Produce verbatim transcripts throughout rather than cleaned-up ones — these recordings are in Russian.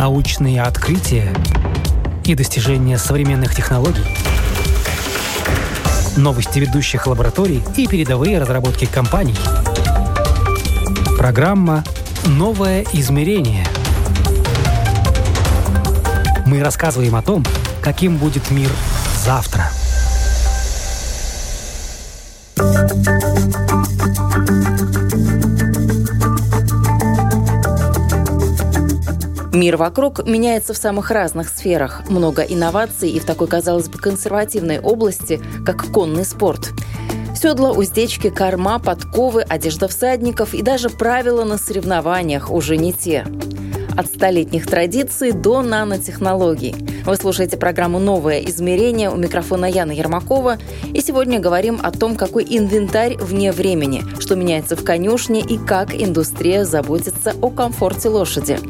научные открытия и достижения современных технологий, новости ведущих лабораторий и передовые разработки компаний. Программа «Новое измерение». Мы рассказываем о том, каким будет мир завтра. Мир вокруг меняется в самых разных сферах. Много инноваций и в такой, казалось бы, консервативной области, как конный спорт. Седла, уздечки, корма, подковы, одежда всадников и даже правила на соревнованиях уже не те. От столетних традиций до нанотехнологий. Вы слушаете программу «Новое измерение». У микрофона Яна Ермакова. И сегодня говорим о том, какой инвентарь вне времени, что меняется в конюшне и как индустрия заботится о комфорте лошади.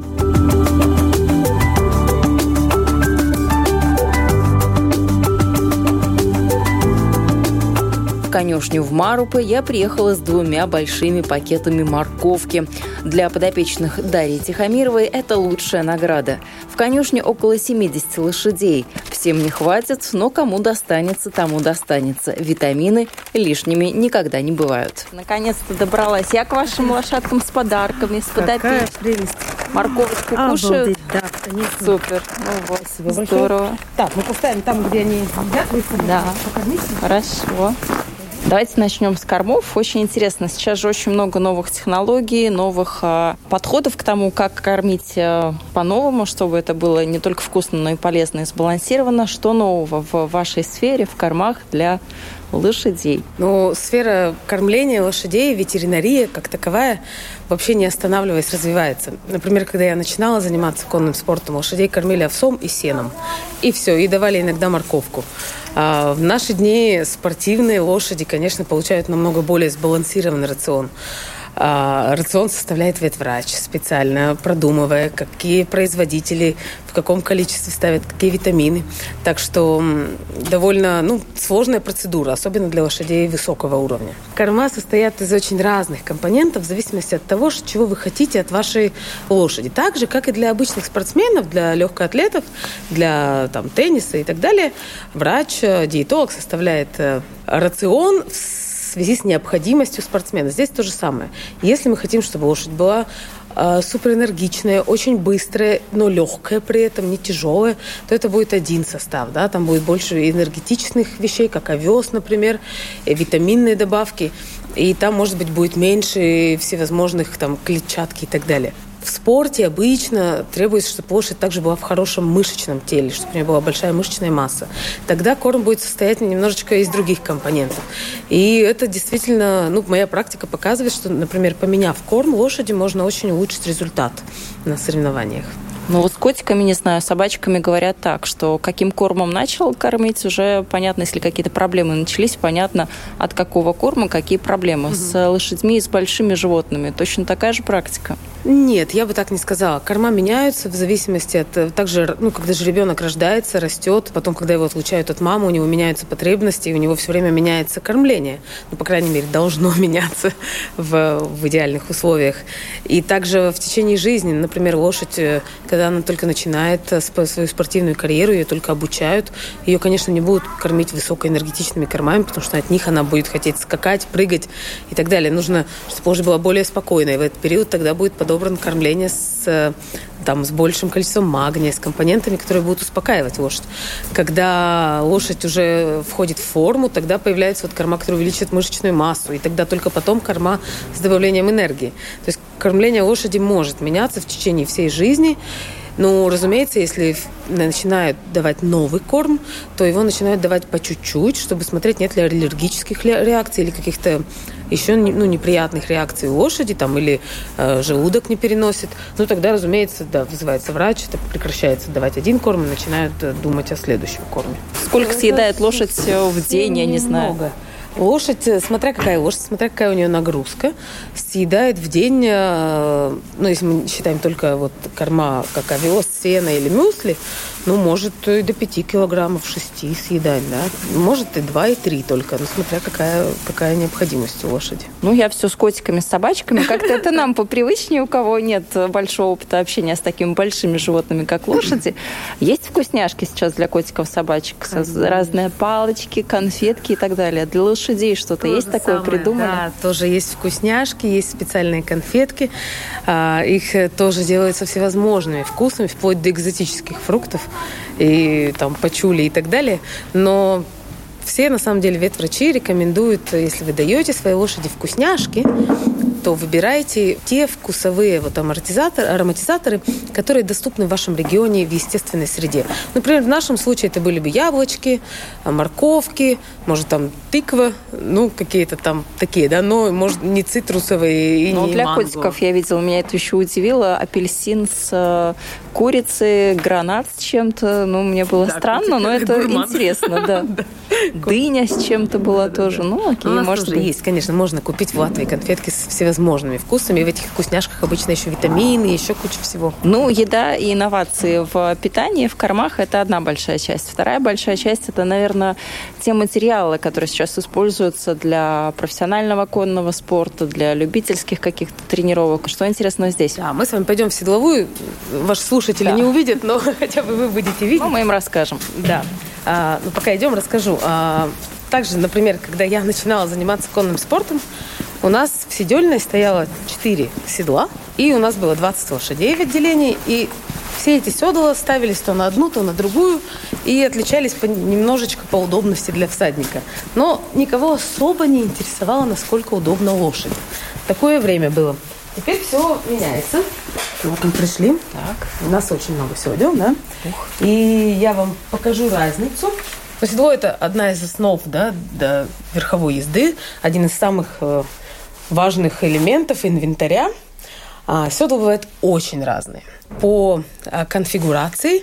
В конюшню в Марупы я приехала с двумя большими пакетами морковки. Для подопечных Дарьи Тихомировой это лучшая награда. В конюшне около семьдесят лошадей. Всем не хватит, но кому достанется, тому достанется. Витамины лишними никогда не бывают. Наконец-то добралась я к вашим лошадкам с подарками, с подопечными. Какая прелесть. Морковочку Обалдеть, кушают? да, конечно. Супер. Ну вот, Спасибо здорово. большое. Так, мы поставим там, где они едят. Да, хорошо. Давайте начнем с кормов. Очень интересно. Сейчас же очень много новых технологий, новых э, подходов к тому, как кормить э, по-новому, чтобы это было не только вкусно, но и полезно и сбалансировано. Что нового в вашей сфере, в кормах для лошадей? Ну, сфера кормления лошадей, ветеринария как таковая вообще не останавливаясь развивается. Например, когда я начинала заниматься конным спортом, лошадей кормили овсом и сеном. И все, и давали иногда морковку. А в наши дни спортивные лошади, конечно, получают намного более сбалансированный рацион. А, рацион составляет ветврач, специально продумывая, какие производители, в каком количестве ставят, какие витамины. Так что довольно ну, сложная процедура, особенно для лошадей высокого уровня. Корма состоят из очень разных компонентов в зависимости от того, чего вы хотите от вашей лошади. Так же, как и для обычных спортсменов, для легкоатлетов, для там, тенниса и так далее, врач, диетолог составляет рацион в связи с необходимостью спортсмена. Здесь то же самое. Если мы хотим, чтобы лошадь была э, суперэнергичная, очень быстрая, но легкая при этом, не тяжелая, то это будет один состав. Да? Там будет больше энергетичных вещей, как овес, например, и витаминные добавки. И там, может быть, будет меньше всевозможных там, клетчатки и так далее. В спорте обычно требуется, чтобы лошадь также была в хорошем мышечном теле, чтобы у нее была большая мышечная масса. Тогда корм будет состоять немножечко из других компонентов. И это действительно, ну, моя практика показывает, что, например, поменяв корм лошади, можно очень улучшить результат на соревнованиях. Ну вот с котиками, не знаю, собачками говорят так, что каким кормом начал кормить, уже понятно, если какие-то проблемы начались, понятно, от какого корма какие проблемы. Угу. С лошадьми и с большими животными точно такая же практика? Нет, я бы так не сказала. Корма меняются в зависимости от... Также, ну, когда же ребенок рождается, растет, потом, когда его отлучают от мамы, у него меняются потребности, и у него все время меняется кормление. Ну, по крайней мере, должно меняться в, в идеальных условиях. И также в течение жизни, например, лошадь, когда она только начинает свою спортивную карьеру, ее только обучают, ее, конечно, не будут кормить высокоэнергетичными кормами, потому что от них она будет хотеть скакать, прыгать и так далее. Нужно, чтобы лошадь была более спокойной. И в этот период тогда будет подобрано кормление с, там, с большим количеством магния, с компонентами, которые будут успокаивать лошадь. Когда лошадь уже входит в форму, тогда появляется вот корма, которая увеличивает мышечную массу, и тогда только потом корма с добавлением энергии. То есть кормление лошади может меняться в течение всей жизни. Ну, разумеется, если начинают давать новый корм, то его начинают давать по чуть-чуть, чтобы смотреть, нет ли аллергических реакций или каких-то еще ну, неприятных реакций у лошади, там, или э, желудок не переносит. Ну, тогда, разумеется, да, вызывается врач, это прекращается давать один корм и начинают думать о следующем корме. Сколько съедает лошадь в день, я не знаю? Лошадь, смотря какая лошадь, смотря какая у нее нагрузка, съедает в день, ну, если мы считаем только вот корма, как овес, сено или мюсли, ну, может и до пяти килограммов, шести съедать, да. Может и два, и три только, ну, смотря какая, какая необходимость у лошади. Ну, я все с котиками, с собачками. Как-то это нам попривычнее, у кого нет большого опыта общения с такими большими животными, как лошади. Есть вкусняшки сейчас для котиков, собачек? Разные палочки, конфетки и так далее. Для лошадей что-то То есть такое самое, придумали? Да, тоже есть вкусняшки, есть специальные конфетки. Их тоже делают со всевозможными вкусами, вплоть до экзотических фруктов и там пачули и так далее. Но все, на самом деле, ветврачи рекомендуют, если вы даете своей лошади вкусняшки, то выбирайте те вкусовые вот ароматизаторы, ароматизаторы, которые доступны в вашем регионе в естественной среде. Например, в нашем случае это были бы яблочки, морковки, может, там тыква, ну, какие-то там такие, да, но, может, не цитрусовые и но не для манго. котиков я видела, меня это еще удивило, апельсин с курицей, гранат с чем-то, ну, мне было да, странно, но это гурман. Интересно, да. Дыня с чем-то была тоже, ну, окей, может быть. Есть, конечно, можно купить в Латвии конфетки с всевозможными вкусами, и в этих вкусняшках обычно еще витамины, еще куча всего. Ну, еда и инновации в питании, в кормах – это одна большая часть. Вторая большая часть – это, наверное, те материалы, которые сейчас используются для профессионального конного спорта, для любительских каких-то тренировок. Что интересно здесь? Да, мы с вами пойдем в седловую. Ваши слушатели да. не увидят, но хотя бы вы будете видеть. Ну, мы им расскажем. Да. А, ну, пока идем, расскажу. А, также, например, когда я начинала заниматься конным спортом, у нас в седельной стояло четыре седла, и у нас было двадцать лошадей в отделении, и все эти седла ставились то на одну, то на другую, и отличались по, немножечко по удобности для всадника. Но никого особо не интересовало, насколько удобна лошадь. Такое время было. Теперь все меняется. Вот мы пришли. Так. У нас очень много седел, да? Ух. И я вам покажу разницу. Седло – это одна из основ, да, да, верховой езды, один из самых э, важных элементов инвентаря. А седла бывают очень разные. По э, конфигурации,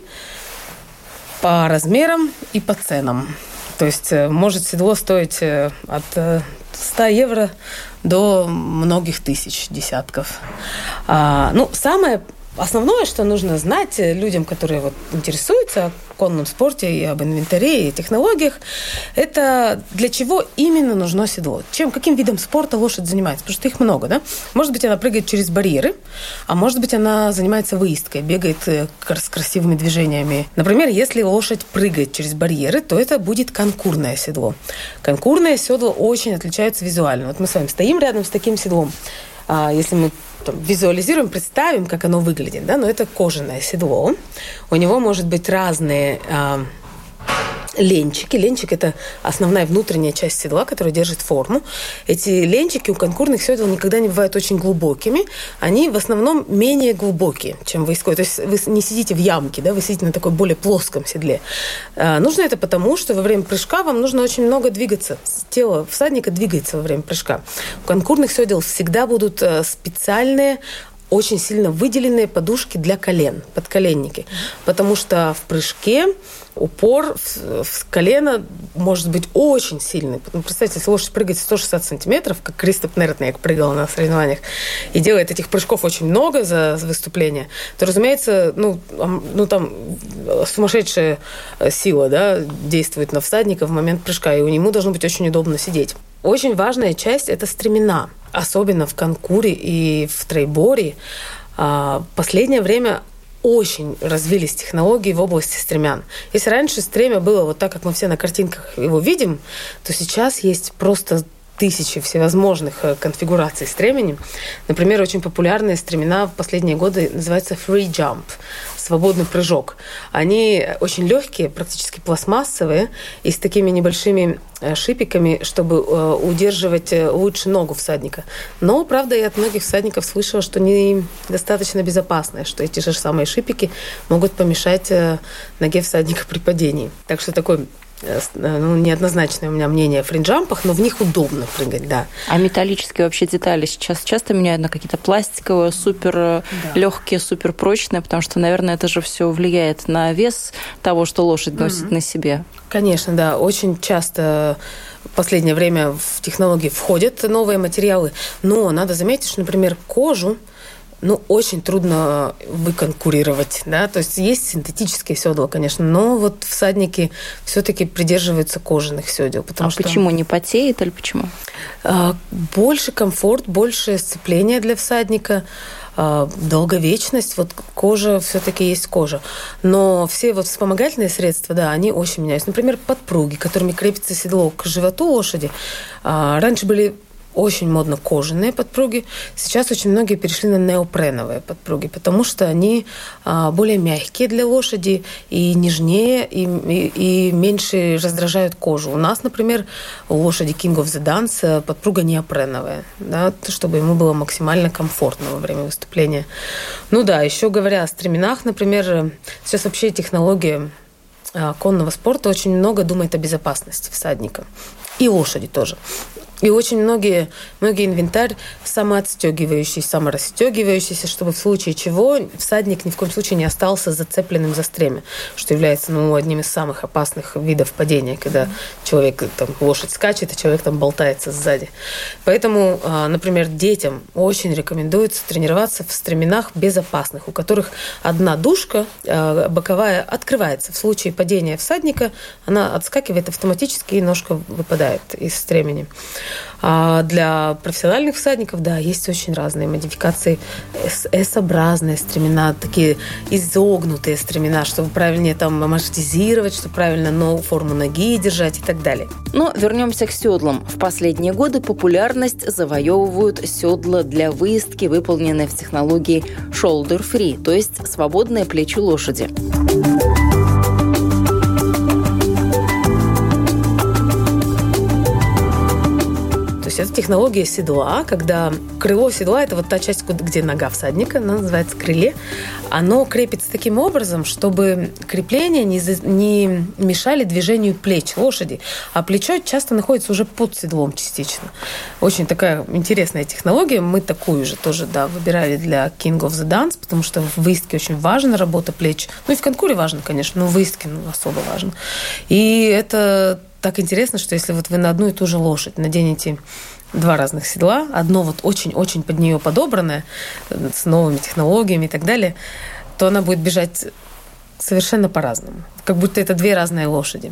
по размерам и по ценам. То есть э, может седло стоить э, от э, ста евро до многих тысяч, десятков. А, ну, самое основное, что нужно знать людям, которые вот интересуются о конном спорте и об инвентаре и технологиях, это для чего именно нужно седло. Чем, каким видом спорта лошадь занимается? Потому что их много, да? Может быть, она прыгает через барьеры, а может быть, она занимается выездкой, бегает с красивыми движениями. Например, если лошадь прыгает через барьеры, то это будет конкурное седло. Конкурное седло очень отличается визуально. Вот мы с вами стоим рядом с таким седлом. Если мы там визуализируем, представим, как оно выглядит, да, но это кожаное седло. У него может быть разные а, ленчики. Ленчик – это основная внутренняя часть седла, которая держит форму. Эти ленчики у конкурных седел никогда не бывают очень глубокими. Они в основном менее глубокие, чем выездной. То есть вы не сидите в ямке, да, вы сидите на такой более плоском седле. А, нужно это потому, что во время прыжка вам нужно очень много двигаться. Тело всадника двигается во время прыжка. У конкурных седел всегда будут специальные, очень сильно выделенные подушки для колен, подколенники. Потому что в прыжке упор в, в колено может быть очень сильный. Представьте, если лошадь прыгает сто шестьдесят сантиметров, как Кристоп Нертнек прыгал на соревнованиях, и делает этих прыжков очень много за выступление, то, разумеется, ну, ну там сумасшедшая сила, да, действует на всадника в момент прыжка, и у него должно быть очень удобно сидеть. Очень важная часть – это стремена. Особенно в конкуре и в трейборе. В последнее время очень развились технологии в области стремян. Если раньше стремя было вот так, как мы все на картинках его видим, то сейчас есть просто тысячи всевозможных конфигураций стремени. Например, очень популярные стремена в последние годы называются free jump, свободный прыжок. Они очень легкие, практически пластмассовые, и с такими небольшими шипиками, чтобы удерживать лучше ногу всадника. Но, правда, я от многих всадников слышала, что они достаточно безопасные, что эти же самые шипики могут помешать ноге всадника при падении. Так что такой ну, неоднозначное у меня мнение о фринджампах, но в них удобно прыгать, да. А металлические вообще детали сейчас часто меняют на какие-то пластиковые, супер да. легкие, супер прочные, потому что, наверное, это же все влияет на вес того, что лошадь носит mm-hmm. на себе. Конечно, да. Очень часто в последнее время в технологии входят новые материалы, но надо заметить, что, например, кожу ну, очень трудно выконкурировать, да, то есть есть синтетические седла, конечно, но вот всадники все-таки придерживаются кожаных седел. Потому а что... почему не потеет или почему? Больше комфорт, больше сцепление для всадника, долговечность, вот кожа все-таки есть кожа. Но все вот вспомогательные средства, да, они очень меняются. Например, подпруги, которыми крепится седло к животу лошади, раньше были очень модно кожаные подпруги. Сейчас очень многие перешли на неопреновые подпруги, потому что они а, более мягкие для лошади и нежнее, и, и, и меньше раздражают кожу. У нас, например, у лошади King of the Dance подпруга неопреновая, да, чтобы ему было максимально комфортно во время выступления. Ну да, еще говоря о стременах, например, сейчас вообще технология а, конного спорта очень много думает о безопасности всадника и лошади тоже. И очень многие, многие инвентарь самоотстегивающийся, саморастегивающийся, чтобы в случае чего всадник ни в коем случае не остался зацепленным за стремя, что является ну, одним из самых опасных видов падения, когда человек, там, лошадь скачет, а человек там болтается сзади. Поэтому, например, детям очень рекомендуется тренироваться в стременах безопасных, у которых одна дужка боковая открывается. В случае падения всадника она отскакивает автоматически, и ножка выпадает из стремени. А для профессиональных всадников, да, есть очень разные модификации. S-образные стремена, такие изогнутые стремена, чтобы правильнее там амортизировать, чтобы правильно но, форму ноги держать и так далее. Но вернемся к седлам. В последние годы популярность завоевывают седла для выездки, выполненные в технологии shoulder-free, то есть свободные плечи лошади. Это технология седла, когда крыло седла – это вот та часть, где нога всадника, она называется крыле. Оно крепится таким образом, чтобы крепления не, не мешали движению плеч лошади, а плечо часто находится уже под седлом частично. Очень такая интересная технология. Мы такую же тоже да, выбирали для King of the Dance, потому что в выездке очень важна работа плеч. Ну и в конкуре важно, конечно, но в выездке ну, особо важно. И это так интересно, что если вот вы на одну и ту же лошадь наденете два разных седла, одно вот очень-очень под нее подобранное, с новыми технологиями и так далее, то она будет бежать совершенно по-разному. Как будто это две разные лошади.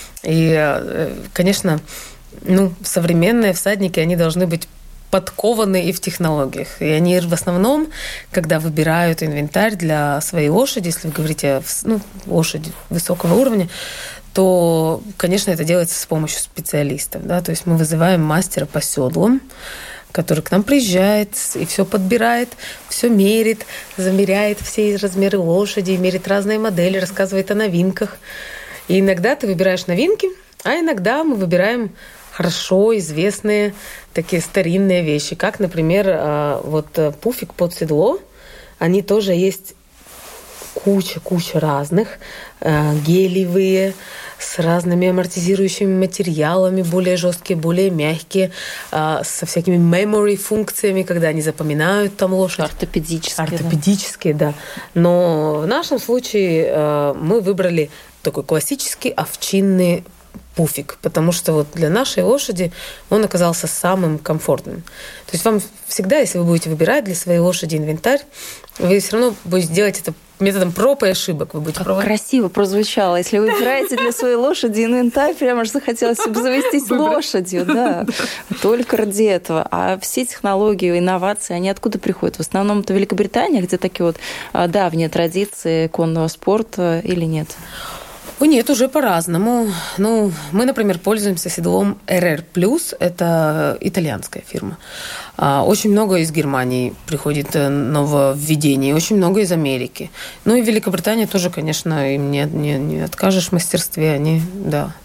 И, конечно, ну, современные всадники, они должны быть подкованы и в технологиях. И они в основном, когда выбирают инвентарь для своей лошади, если вы говорите о ну, лошади высокого уровня, то, конечно, это делается с помощью специалистов. Да? То есть мы вызываем мастера по седлам, который к нам приезжает и все подбирает, все мерит, замеряет все размеры лошади, мерит разные модели, рассказывает о новинках. И иногда ты выбираешь новинки, а иногда мы выбираем хорошо известные такие старинные вещи, как, например, вот пуфик под седло. Они тоже есть куча-куча разных, гелевые, с разными амортизирующими материалами, более жесткие, более мягкие, со всякими memory-функциями, когда они запоминают там лошадь. Ортопедические. Ортопедические, да. да. Но в нашем случае мы выбрали такой классический овчинный пуфик, потому что вот для нашей лошади он оказался самым комфортным. То есть вам всегда, если вы будете выбирать для своей лошади инвентарь, вы все равно будете делать это методом проб и ошибок. Вы будете как пробовать. Красиво прозвучало. Если вы выбираете для своей лошади инвентарь, прямо аж захотелось обзавестись лошадью. Да. Только ради этого. А все технологии, инновации, они откуда приходят? В основном это Великобритания, где такие вот давние традиции конного спорта или нет? Нет, уже по-разному. Ну, мы, например, пользуемся седлом эр эр плюс, это итальянская фирма. Очень много из Германии приходит нововведений, очень много из Америки. Ну и Великобритания тоже, конечно, им не, не, не откажешь в мастерстве. Они, да,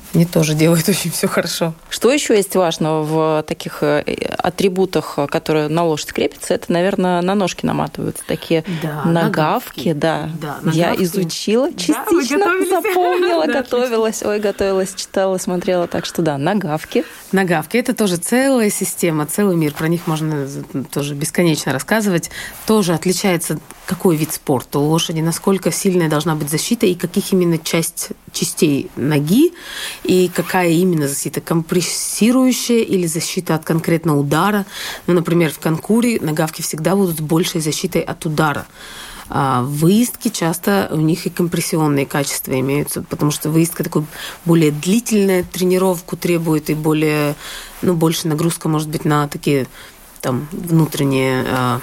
Они тоже делают очень все хорошо. Что еще есть важного в таких атрибутах, которые на лошадь крепятся? Это, наверное, на ножки наматываются. Такие да, нагавки. Да. Да, нагавки. Я изучила частично, да, запомнила, готовилась. Ой, готовилась, читала, смотрела. Так что да, нагавки. Нагавки – это тоже целая система, целый мир. Про них можно тоже бесконечно рассказывать. Тоже отличается, какой вид спорта у лошади, насколько сильная должна быть защита и каких именно часть, частей ноги, и какая именно защита, компрессирующая или защита от конкретно удара. Ну, например, в конкуре нагавки всегда будут с большей защитой от удара. А выездки часто у них и компрессионные качества имеются, потому что выездка такой более длительную тренировку требует и более, ну, больше нагрузка может быть на такие там внутренние э,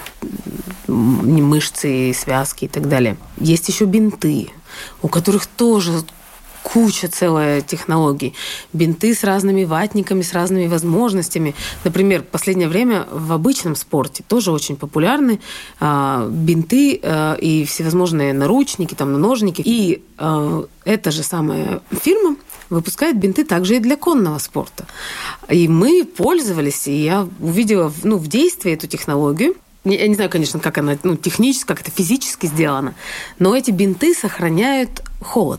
мышцы, связки и так далее. Есть еще бинты, у которых тоже куча целая технологий. Бинты с разными ватниками, с разными возможностями. Например, в последнее время в обычном спорте тоже очень популярны э, бинты э, и всевозможные наручники, там, ножники. И э, эта же самая фирма выпускает бинты также и для конного спорта. И мы пользовались, и я увидела, ну, в действии эту технологию. Я не знаю, конечно, как она, ну, технически, как это физически сделано, но эти бинты сохраняют холод.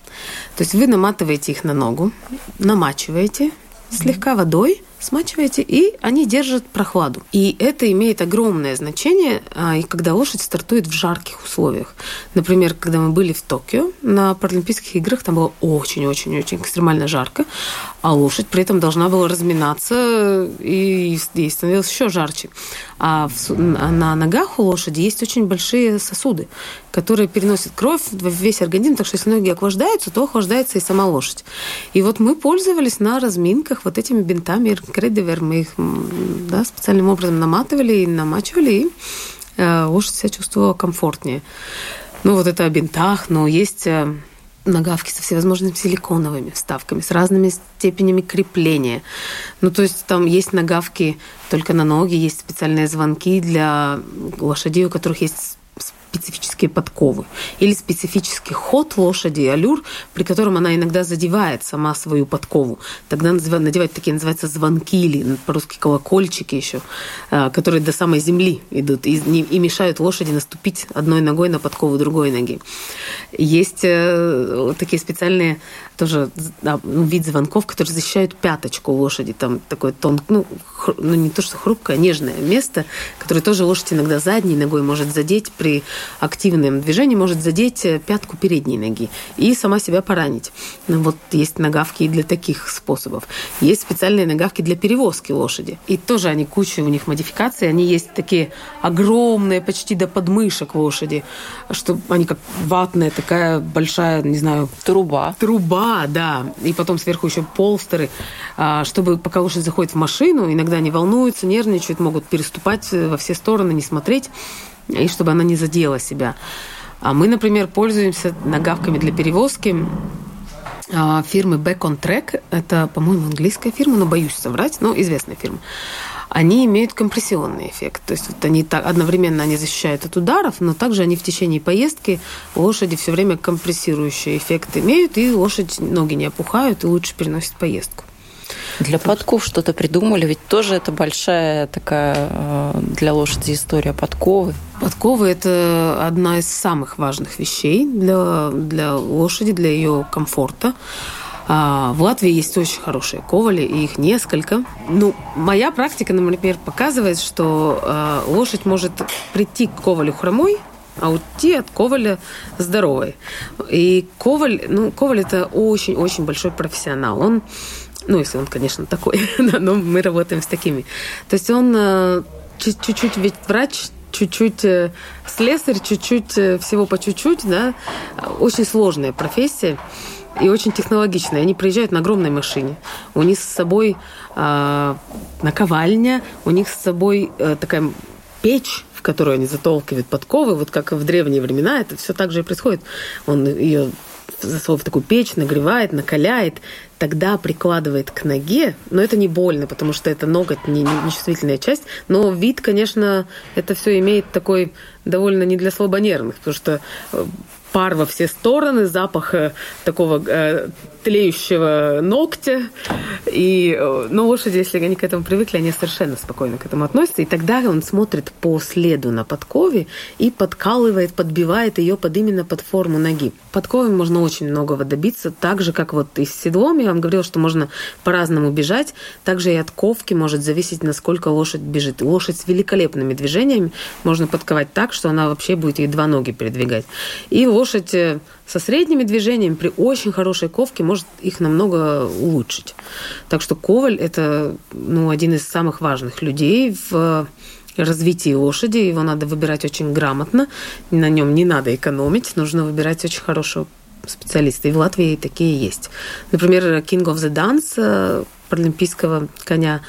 То есть вы наматываете их на ногу, намачиваете слегка водой, смачиваете, и они держат прохладу. И это имеет огромное значение, когда лошадь стартует в жарких условиях. Например, когда мы были в Токио на Паралимпийских играх, там было очень-очень-очень экстремально жарко, а лошадь при этом должна была разминаться, и ей становилось еще жарче. А на ногах у лошади есть очень большие сосуды, которые переносят кровь в весь организм, так что если ноги охлаждаются, то охлаждается и сама лошадь. И вот мы пользовались на разминках вот этими бинтами Кредивер, мы их, да, специальным образом наматывали и намачивали, и э, лошадь себя чувствовала комфортнее. Ну, вот это о бинтах, но есть э, нагавки со всевозможными силиконовыми вставками, с разными степенями крепления. Ну, то есть там есть нагавки только на ноги, есть специальные звонки для лошадей, у которых есть специфические подковы или специфический ход лошади, аллюр, при котором она иногда задевает сама свою подкову. Тогда надевают такие, называются, звонки или по-русски колокольчики еще, которые до самой земли идут и, и мешают лошади наступить одной ногой на подкову другой ноги. Есть такие специальные тоже да, вид звонков, которые защищают пяточку лошади. Там такое тонкое, ну, хр, ну не то что хрупкое, нежное место, которое тоже лошадь иногда задней ногой может задеть при активном движении, может задеть пятку передней ноги и сама себя поранить. Ну, вот есть нагавки и для таких способов. Есть специальные нагавки для перевозки лошади. И тоже они, куча у них модификаций. Они есть такие огромные, почти до подмышек лошади, что они как ватная такая большая, не знаю... Труба. Труба, да. И потом сверху еще полстеры, чтобы пока лошадь заходит в машину, иногда они волнуются, нервничают, могут переступать во все стороны, не смотреть, и чтобы она не задела себя. А мы, например, пользуемся нагавками для перевозки фирмы Back on Track. Это, по-моему, английская фирма, но боюсь соврать, но известная фирма. Они имеют компрессионный эффект. То есть вот они так, одновременно они защищают от ударов, но также они в течение поездки лошади все время компрессирующий эффект имеют, и лошадь, ноги не опухают и лучше переносит поездку. Для подков что-то придумали, ведь тоже это большая такая для лошади история подковы. Подковы – это одна из самых важных вещей для, для лошади, для ее комфорта. В Латвии есть очень хорошие ковали, и их несколько. Ну, моя практика, например, показывает, что лошадь может прийти к ковалю хромой, а уйти от коваля здоровой. И коваль, ну, коваль – это очень-очень большой профессионал. Он, ну, если он, конечно, такой, но мы работаем с такими. То есть он чуть-чуть ведь врач, чуть-чуть слесарь, чуть-чуть всего по чуть-чуть, да. Очень сложная профессия. И очень технологичные. Они приезжают на огромной машине. У них с собой э, наковальня, у них с собой э, такая печь, в которую они затолкивают подковы. Вот как в древние времена это все так же и происходит. Он ее засовывает в такую печь, нагревает, накаляет. тогда прикладывает к ноге, но это не больно, потому что это ноготь, не, не чувствительная часть, но вид, конечно, это все имеет такой довольно не для слабонервных, потому что пар во все стороны, запах такого э, тлеющего ногтя. И, ну, лошади, если они к этому привыкли, они совершенно спокойно к этому относятся. И тогда он смотрит по следу на подкове и подкалывает, подбивает ее под именно под форму ноги. Подковой можно очень многого добиться, так же, как вот и с седлом. Я вам говорила, что можно по-разному бежать. Также и от ковки может зависеть, насколько лошадь бежит. Лошадь с великолепными движениями можно подковать так, что она вообще будет ей два ноги передвигать. И лошадь со средними движениями при очень хорошей ковке может их намного улучшить. Так что коваль – это, ну, один из самых важных людей в развитии лошади. Его надо выбирать очень грамотно. На нем не надо экономить. Нужно выбирать очень хорошего специалиста. И в Латвии такие есть. Например, King of the Dance паралимпийского коня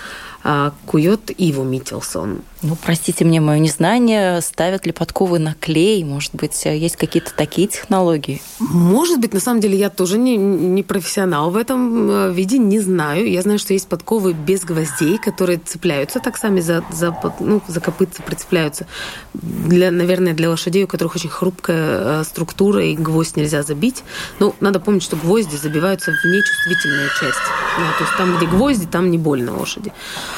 кует Иво Миттелсон. Ну, простите мне мое незнание, ставят ли подковы на клей? Может быть, есть какие-то такие технологии? Может быть, на самом деле я тоже не, не профессионал в этом виде, не знаю. Я знаю, что есть подковы без гвоздей, которые цепляются так сами за, за, ну, за копытца, прицепляются. Для, наверное, для лошадей, у которых очень хрупкая структура, и гвоздь нельзя забить. Но надо помнить, что гвозди забиваются в нечувствительную часть. Ну, то есть там, где гвозди, там не больно лошади.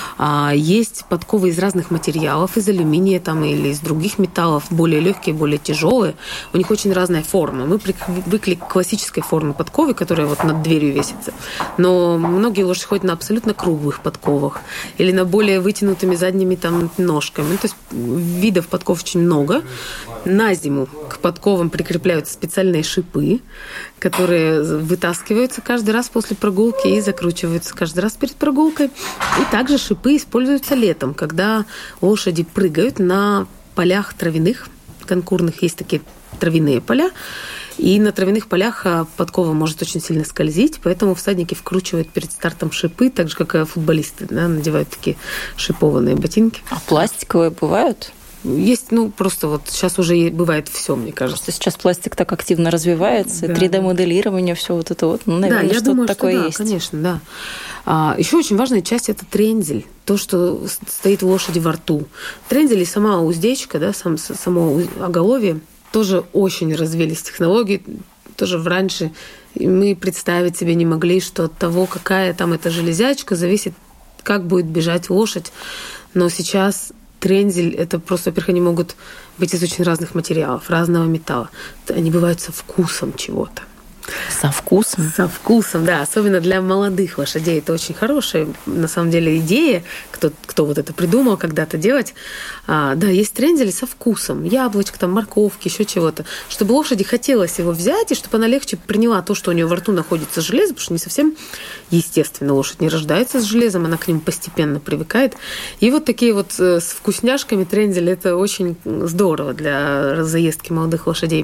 А есть подковы из разных материалов, из алюминия там, или из других металлов, более легкие, более тяжелые. У них очень разная форма. Мы привыкли к классической форме подковы, которая вот над дверью весится. Но многие лошади ходят на абсолютно круглых подковах или на более вытянутыми задними там ножками. То есть видов подков очень много. На зиму к подковам прикрепляются специальные шипы, которые вытаскиваются каждый раз после прогулки и закручиваются каждый раз перед прогулкой. И также шипы используются летом, когда лошади прыгают на полях травяных, конкурных. Есть такие травяные поля. И на травяных полях подкова может очень сильно скользить, поэтому всадники вкручивают перед стартом шипы, так же, как и футболисты, да, надевают такие шипованные ботинки. А пластиковые бывают? Есть, ну, просто вот сейчас уже бывает все, мне кажется. Просто сейчас пластик так активно развивается, да. три дэ-моделирование, все вот это вот, ну, наверное, да, я что-то думаю, такое что да, есть. Конечно, да. А, еще очень важная часть – это трензель, то, что стоит у лошади во рту. Трензель и сама уздечка, да, сам, само оголовье, тоже очень развились технологии, тоже раньше мы представить себе не могли, что от того, какая там эта железячка, зависит, как будет бежать лошадь. Но сейчас трензель – это просто, во-первых, они могут быть из очень разных материалов, разного металла. Они бывают со вкусом чего-то. Со вкусом? Со вкусом, да. Особенно для молодых лошадей. Это очень хорошая, на самом деле, идея, кто, кто вот это придумал когда-то делать. А, да, есть трензели со вкусом. Яблочко, там, морковки, еще чего-то. Чтобы лошади хотелось его взять, и чтобы она легче приняла то, что у нее во рту находится железо, потому что не совсем естественно. Лошадь не рождается с железом, она к ним постепенно привыкает. И вот такие вот с вкусняшками трензели – это очень здорово для заездки молодых лошадей.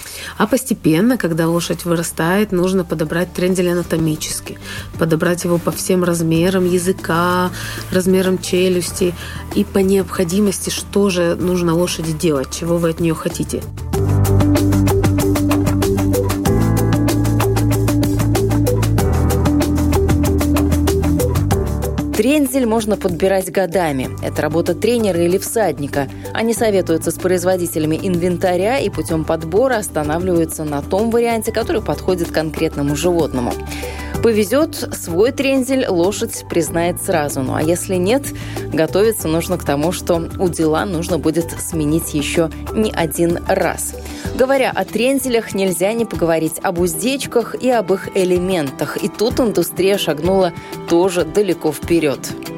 А постепенно, когда лошадь вырастает, нужно подобрать трензель анатомически, подобрать его по всем размерам языка, размерам челюсти и по необходимости, что же нужно лошади делать, чего вы от нее хотите. Трензель можно подбирать годами. Это работа тренера или всадника. Они советуются с производителями инвентаря и путем подбора останавливаются на том варианте, который подходит конкретному животному. Повезет, свой трензель лошадь признает сразу. Ну а если нет, готовиться нужно к тому, что удила нужно будет сменить еще не один раз. Говоря о трензелях, нельзя не поговорить об уздечках и об их элементах. И тут индустрия шагнула тоже далеко вперед.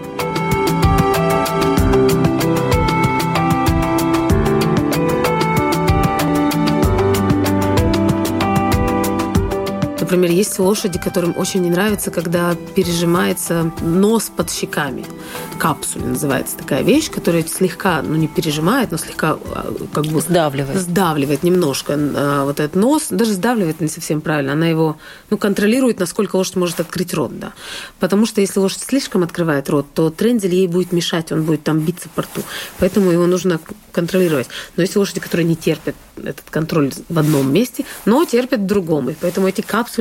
Например, есть лошади, которым очень не нравится, когда пережимается нос под щеками. Капсуля называется такая вещь, которая слегка, ну не пережимает, но слегка как бы сдавливает. Сдавливает немножко вот этот нос. Даже сдавливает не совсем правильно. Она его ну, контролирует, насколько лошадь может открыть рот. Да. Потому что если лошадь слишком открывает рот, то трензель ей будет мешать, он будет там биться по рту. Поэтому его нужно контролировать. Но есть лошади, которые не терпят этот контроль в одном месте, но терпят в другом. И поэтому эти капсулы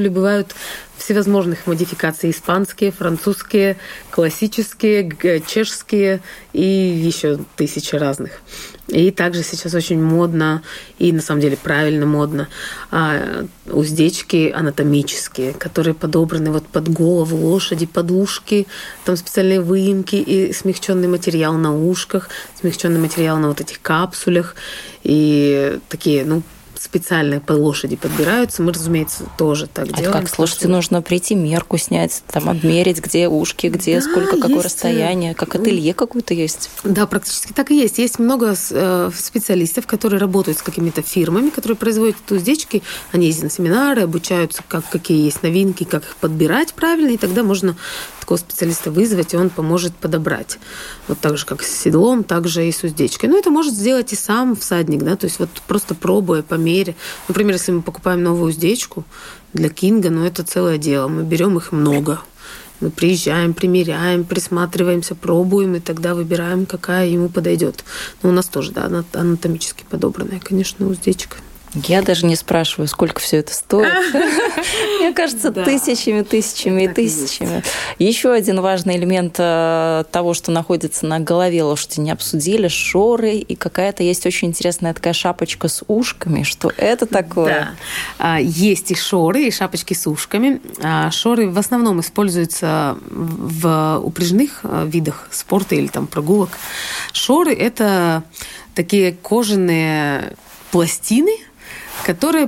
капсули бывают всевозможных модификаций. Испанские, французские, классические, чешские и еще тысячи разных. И также сейчас очень модно, и на самом деле правильно модно, а, уздечки анатомические, которые подобраны вот под голову лошади, под ушки, там специальные выемки и смягченный материал на ушках, смягченный материал на вот этих капсулях, и такие, ну, специально по лошади подбираются. Мы, разумеется, тоже так а делаем. Как с лошади нужно прийти, мерку снять, там обмерить, где ушки, где, да, сколько, какое есть расстояние, как ателье какое-то есть. Да, практически так и есть. Есть много специалистов, которые работают с какими-то фирмами, которые производят уздечки. Они ездят на семинары, обучаются, как, какие есть новинки, как их подбирать правильно, и тогда можно такого специалиста вызвать, и он поможет подобрать. Вот так же, как с седлом, так же и с уздечкой. Но это может сделать и сам всадник, да, то есть вот просто пробуя по мере. Например, если мы покупаем новую уздечку для кинга, ну это целое дело. Мы берем их много. Мы приезжаем, примеряем, присматриваемся, пробуем, и тогда выбираем, какая ему подойдет. Но у нас тоже, да, анатомически подобранная, конечно, уздечка. Я даже не спрашиваю, сколько все это стоит. Мне кажется, тысячами, тысячами и тысячами. Еще один важный элемент того, что находится на голове лошади, не обсудили, шоры, и какая-то есть очень интересная такая шапочка с ушками. Что это такое? Да. Есть и шоры, и шапочки с ушками. Шоры в основном используются в упряжных видах спорта или там прогулок. Шоры – это такие кожаные пластины, которые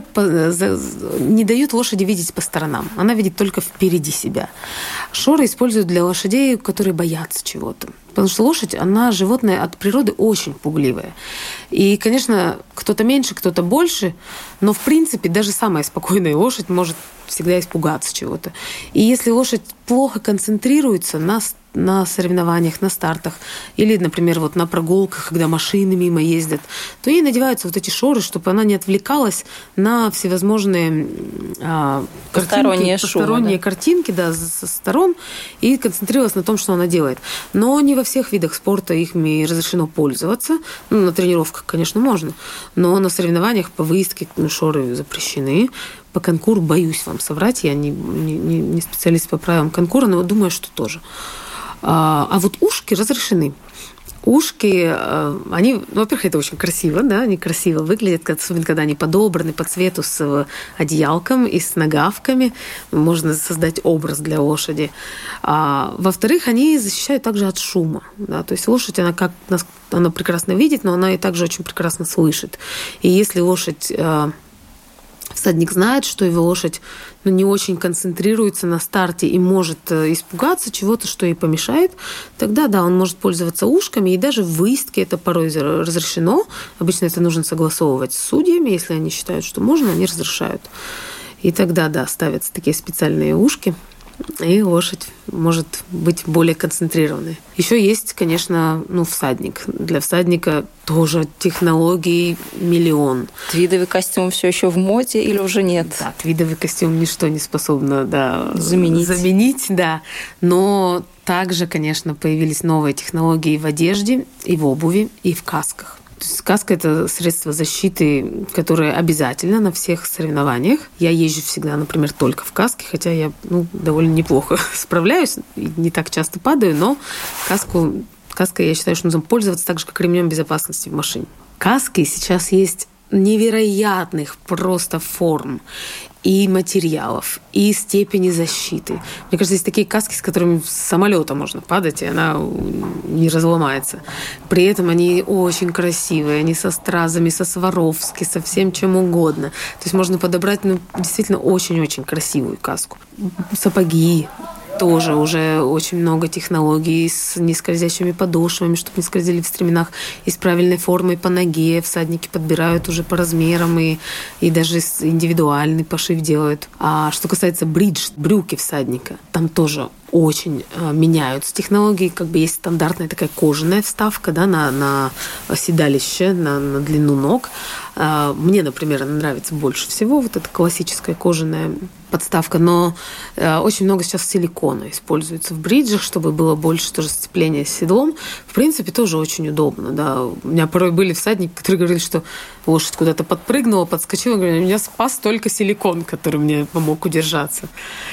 не дают лошади видеть по сторонам. Она видит только впереди себя. Шоры используют для лошадей, которые боятся чего-то. Потому что лошадь, она животное от природы очень пугливое. И, конечно, кто-то меньше, кто-то больше, но, в принципе, даже самая спокойная лошадь может всегда испугаться чего-то. И если лошадь плохо концентрируется на, на соревнованиях, на стартах, или, например, вот на прогулках, когда машины мимо ездят, то ей надеваются вот эти шоры, чтобы она не отвлекалась на всевозможные а, посторонние, картинки, посторонние да? картинки да, со сторон, и концентрировалась на том, что она делает. Но не во всех видах спорта ими разрешено пользоваться. Ну, на тренировках, конечно, можно, но на соревнованиях по выездке ну, шоры запрещены. По конкуру боюсь вам соврать, я не, не, не специалист по правилам конкура, но думаю, что тоже. А, а вот ушки разрешены. Ушки, они, ну, во-первых, это очень красиво, да, они красиво выглядят, особенно когда они подобраны по цвету с одеялком и с нагавками. Можно создать образ для лошади. А, во-вторых, они защищают также от шума. Да, то есть лошадь, она как она прекрасно видит, но она и также очень прекрасно слышит. И если лошадь... Всадник знает, что его лошадь ну, не очень концентрируется на старте и может испугаться чего-то, что ей помешает, тогда, да, он может пользоваться ушками, и даже в выездке это порой разрешено. Обычно это нужно согласовывать с судьями, если они считают, что можно, они разрешают. И тогда, да, ставятся такие специальные ушки, и лошадь может быть более концентрированной. Еще есть, конечно, ну, всадник. Для всадника тоже технологий миллион. Твидовый костюм все еще в моде или уже нет? Да, твидовый костюм ничто не способно да, заменить. заменить, да. Но также, конечно, появились новые технологии в одежде, и в обуви, и в касках. Каска – это средство защиты, которое обязательно на всех соревнованиях. Я езжу всегда, например, только в каске, хотя я ну, довольно неплохо справляюсь, не так часто падаю, но каску, каской я считаю, что нужно пользоваться так же, как ремнем безопасности в машине. Каски сейчас есть невероятных просто форм и материалов, и степени защиты. Мне кажется, есть такие каски, с которыми с самолета можно падать, и она не разломается. При этом они очень красивые, они со стразами, со Сваровски, со всем чем угодно. То есть можно подобрать ну, действительно очень-очень красивую каску. Сапоги. Тоже уже очень много технологий с нескользящими подошвами, чтобы не скользили в стременах, и с правильной формой по ноге. Всадники подбирают уже по размерам и, и даже индивидуальный пошив делают. А что касается бридж, брюки всадника, там тоже очень э, меняются технологии. Как бы есть стандартная такая кожаная вставка, да, на, на седалище, на, на длину ног. Э, мне, например, нравится больше всего вот эта классическая кожаная подставка, но э, очень много сейчас силикона используется в бриджах, чтобы было больше тоже сцепления с седлом. В принципе, тоже очень удобно. Да. У меня порой были всадники, которые говорили, что лошадь куда-то подпрыгнула, подскочила. Говорю, меня спас только силикон, который мне помог удержаться.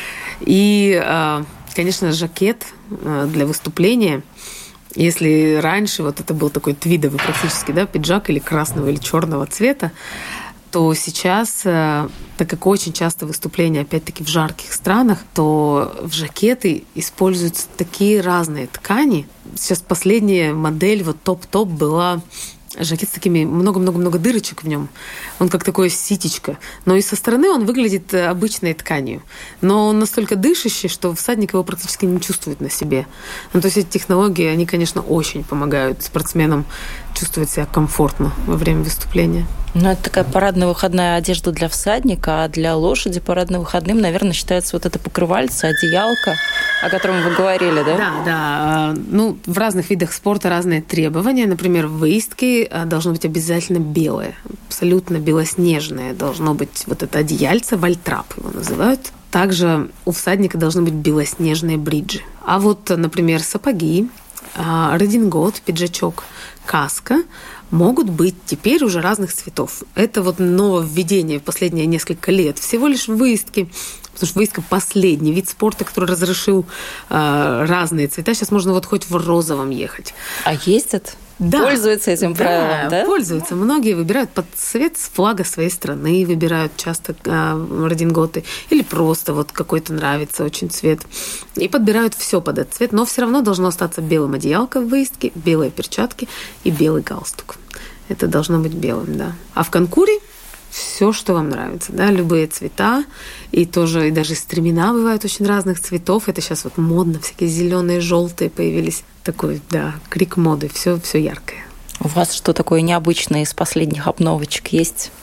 И, э, конечно, жакет э, для выступления. Если раньше вот это был такой твидовый практически, да, пиджак или красного, или черного цвета, то сейчас, так как очень часто выступления, опять-таки, в жарких странах, то в жакеты используются такие разные ткани. Сейчас последняя модель, вот топ-топ, была жакет с такими много-много-много дырочек в нем. Он как такое ситечко. Но и со стороны он выглядит обычной тканью. Но он настолько дышащий, что всадник его практически не чувствует на себе. Ну, то есть эти технологии, они, конечно, очень помогают спортсменам чувствовать себя комфортно во время выступления. Ну, это такая парадно-выходная одежда для всадника, а для лошади парадно-выходным, наверное, считается вот это покрывальце, одеялко, о котором вы говорили, да? Да, да. Ну, в разных видах спорта разные требования. Например, в выездке должно быть обязательно белое, абсолютно белоснежное. Должно быть вот это одеяльце, вальтрап его называют. Также у всадника должны быть белоснежные бриджи. А вот, например, сапоги, редингот, пиджачок, каска могут быть теперь уже разных цветов. Это вот нововведение в последние несколько лет. Всего лишь в выездке, потому что выездка последний вид спорта, который разрешил э, разные цвета. Сейчас можно вот хоть в розовом ехать. А ездят? Да. Пользуются этим правилом, да? Да, пользуются. Многие выбирают под цвет флага своей страны, выбирают часто э, рединготы, или просто вот какой-то нравится очень цвет. И подбирают все под этот цвет, но все равно должно остаться белым одеялко в выездке, белые перчатки и белый галстук. Это должно быть белым, да. А в конкуре все, что вам нравится, да, любые цвета, и тоже, и даже стремена бывают очень разных цветов. Это сейчас вот модно, всякие зеленые, желтые появились. Такой, да, крик моды, все, все яркое. У вас что такое необычное из последних обновочек есть?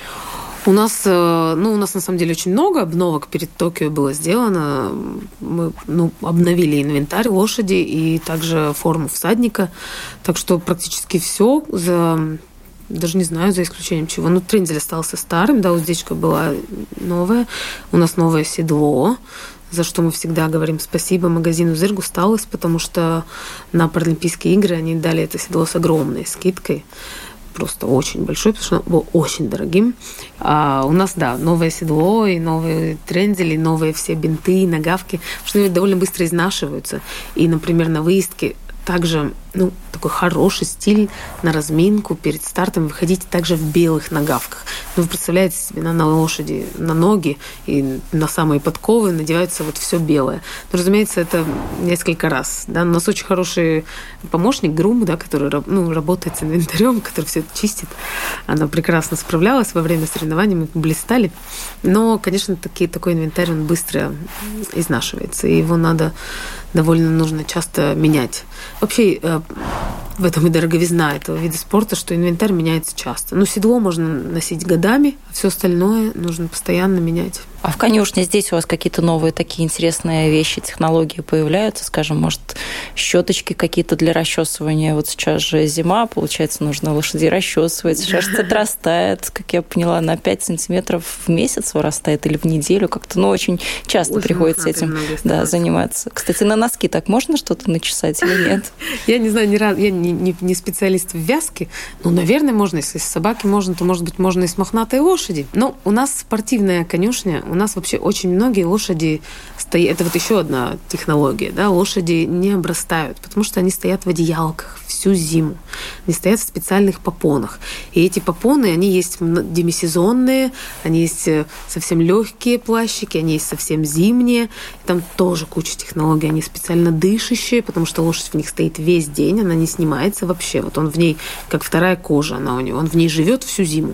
У нас, ну, у нас на самом деле очень много обновок перед Токио было сделано. Мы, ну, обновили инвентарь лошади и также форму всадника. Так что практически все за... Даже не знаю, за исключением чего. Ну, трендель остался старым, да, уздечка была новая. У нас новое седло, за что мы всегда говорим спасибо магазину Зиргусталес, потому что на Паралимпийские игры они дали это седло с огромной скидкой. Просто очень большой, потому что оно было очень дорогим. А у нас, да, новое седло и новые трензели, новые все бинты, нагавки, потому что они довольно быстро изнашиваются. И, например, на выездке также, ну, такой хороший стиль на разминку перед стартом выходите также в белых нагавках. Ну, вы представляете себе, на, на лошади, на ноги и на самые подковы надевается вот все белое. Но, разумеется, это несколько раз. Да? У нас очень хороший помощник, грум, да, который, ну, работает с инвентарем, который все это чистит. Она прекрасно справлялась во время соревнований, мы блистали. Но, конечно, такие, такой инвентарь, он быстро изнашивается, и его надо довольно нужно часто менять. Вообще, в этом и дороговизна этого вида спорта, что инвентарь меняется часто. Ну, седло можно носить годами, а все остальное нужно постоянно менять. А в конюшне здесь у вас какие-то новые такие интересные вещи, технологии появляются? Скажем, может, щеточки какие-то для расчесывания? Вот сейчас же зима, получается, нужно лошадей расчесывать. Шерсть отрастает, как я поняла, на пять сантиметров в месяц вырастает или в неделю. Как-то, ну, очень часто очень приходится этим да, заниматься. Кстати, на носки так можно что-то начесать или нет? Я не знаю, ни разу, я не, не, не специалист в вязке, но, наверное, можно. Если с собаки можно, то, может быть, можно и с мохнатой лошади. Но у нас спортивная конюшня, у нас вообще очень многие лошади стоят. Это вот еще одна технология, да, лошади не обрастают, потому что они стоят в одеялках всю зиму. Они стоят в специальных попонах. И эти попоны, они есть демисезонные, они есть совсем легкие плащики, они есть совсем зимние. И там тоже куча технологий. Они специально дышащие, потому что лошадь в них стоит весь день, она не снимается вообще. Вот он в ней, как вторая кожа, она у него, он в ней живет всю зиму.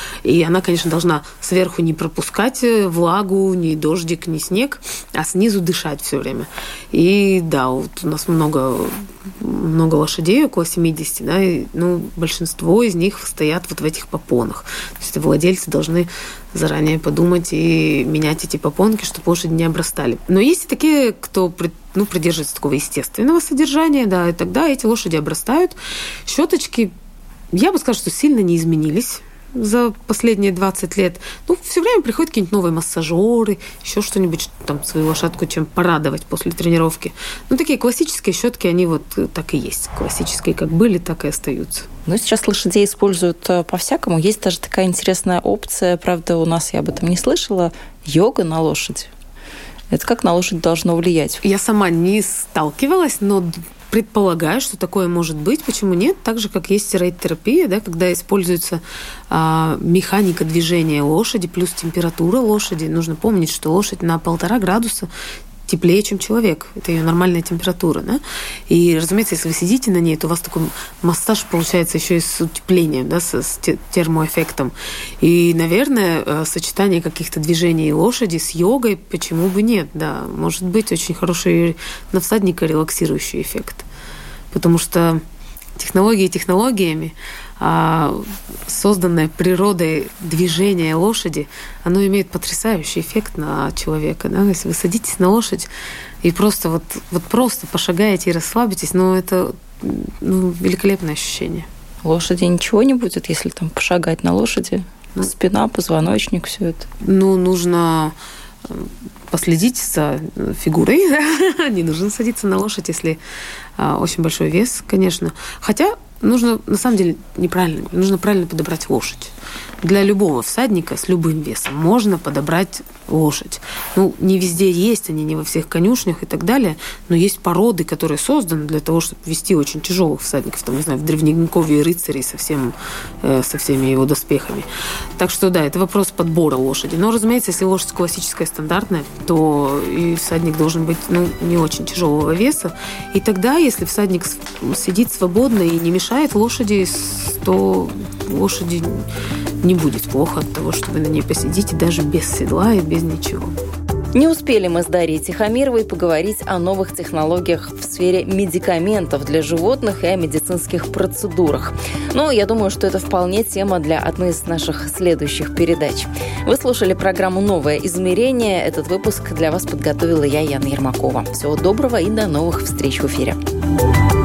И она, конечно, должна сверху не пропускать влагу, ни дождик, ни снег, а снизу дышать все время. И да, вот у нас много, много лошадей, около семьдесят, да, и ну, большинство из них стоят вот в этих попонах. То есть владельцы должны заранее подумать и менять эти попонки, чтобы лошади не обрастали. Но есть и такие, кто ну, придерживается такого естественного содержания, да, и тогда эти лошади обрастают. Щеточки, я бы сказала, что сильно не изменились за последние двадцать лет. Ну, все время приходят какие-нибудь новые массажеры, еще что-нибудь, там, свою лошадку чем порадовать после тренировки. Ну, такие классические щетки, они вот так и есть. Классические как были, так и остаются. Ну, сейчас лошадей используют по-всякому. Есть даже такая интересная опция, правда, у нас я об этом не слышала, йога на лошади. Это как на лошадь должно влиять? Я сама не сталкивалась, но предполагаю, что такое может быть. Почему нет? Так же, как есть рейд-терапия, да, когда используется а, механика движения лошади плюс температура лошади. Нужно помнить, что лошадь на полтора градуса теплее, чем человек. Это ее нормальная температура. Да? И, разумеется, если вы сидите на ней, то у вас такой массаж получается еще и с утеплением, да, с, с термоэффектом. И, наверное, сочетание каких-то движений лошади с йогой, почему бы нет? Да, может быть очень хороший на всадника релаксирующий эффект. Потому что технологии технологиями, а созданное природой движение лошади, оно имеет потрясающий эффект на человека. Да? Если вы садитесь на лошадь и просто вот, вот просто пошагаете и расслабитесь, ну, это ну, великолепное ощущение. Лошади ничего не будет, если там пошагать на лошади? Ну, спина, позвоночник, все это? Ну, нужно последить за фигурой. Не нужно садиться на лошадь, если а, очень большой вес, конечно. Хотя нужно, на самом деле, неправильно. Нужно правильно подобрать лошадь. Для любого всадника с любым весом можно подобрать лошадь. Ну, не везде есть, они не во всех конюшнях и так далее, но есть породы, которые созданы для того, чтобы вести очень тяжелых всадников, там, не знаю, в Древневековье рыцарей со, всем, э, со всеми его доспехами. Так что, да, это вопрос подбора лошади. Но, разумеется, если лошадь классическая, стандартная, то и всадник должен быть, ну, не очень тяжелого веса. И тогда, если всадник сидит свободно и не мешает лошади, то лошади не будет плохо от того, что вы на ней посидите, даже без седла и без ничего. Не успели мы с Дарьей Тихомировой поговорить о новых технологиях в сфере медикаментов для животных и о медицинских процедурах. Но я думаю, что это вполне тема для одной из наших следующих передач. Вы слушали программу «Новое измерение». Этот выпуск для вас подготовила я, Яна Ермакова. Всего доброго и до новых встреч в эфире.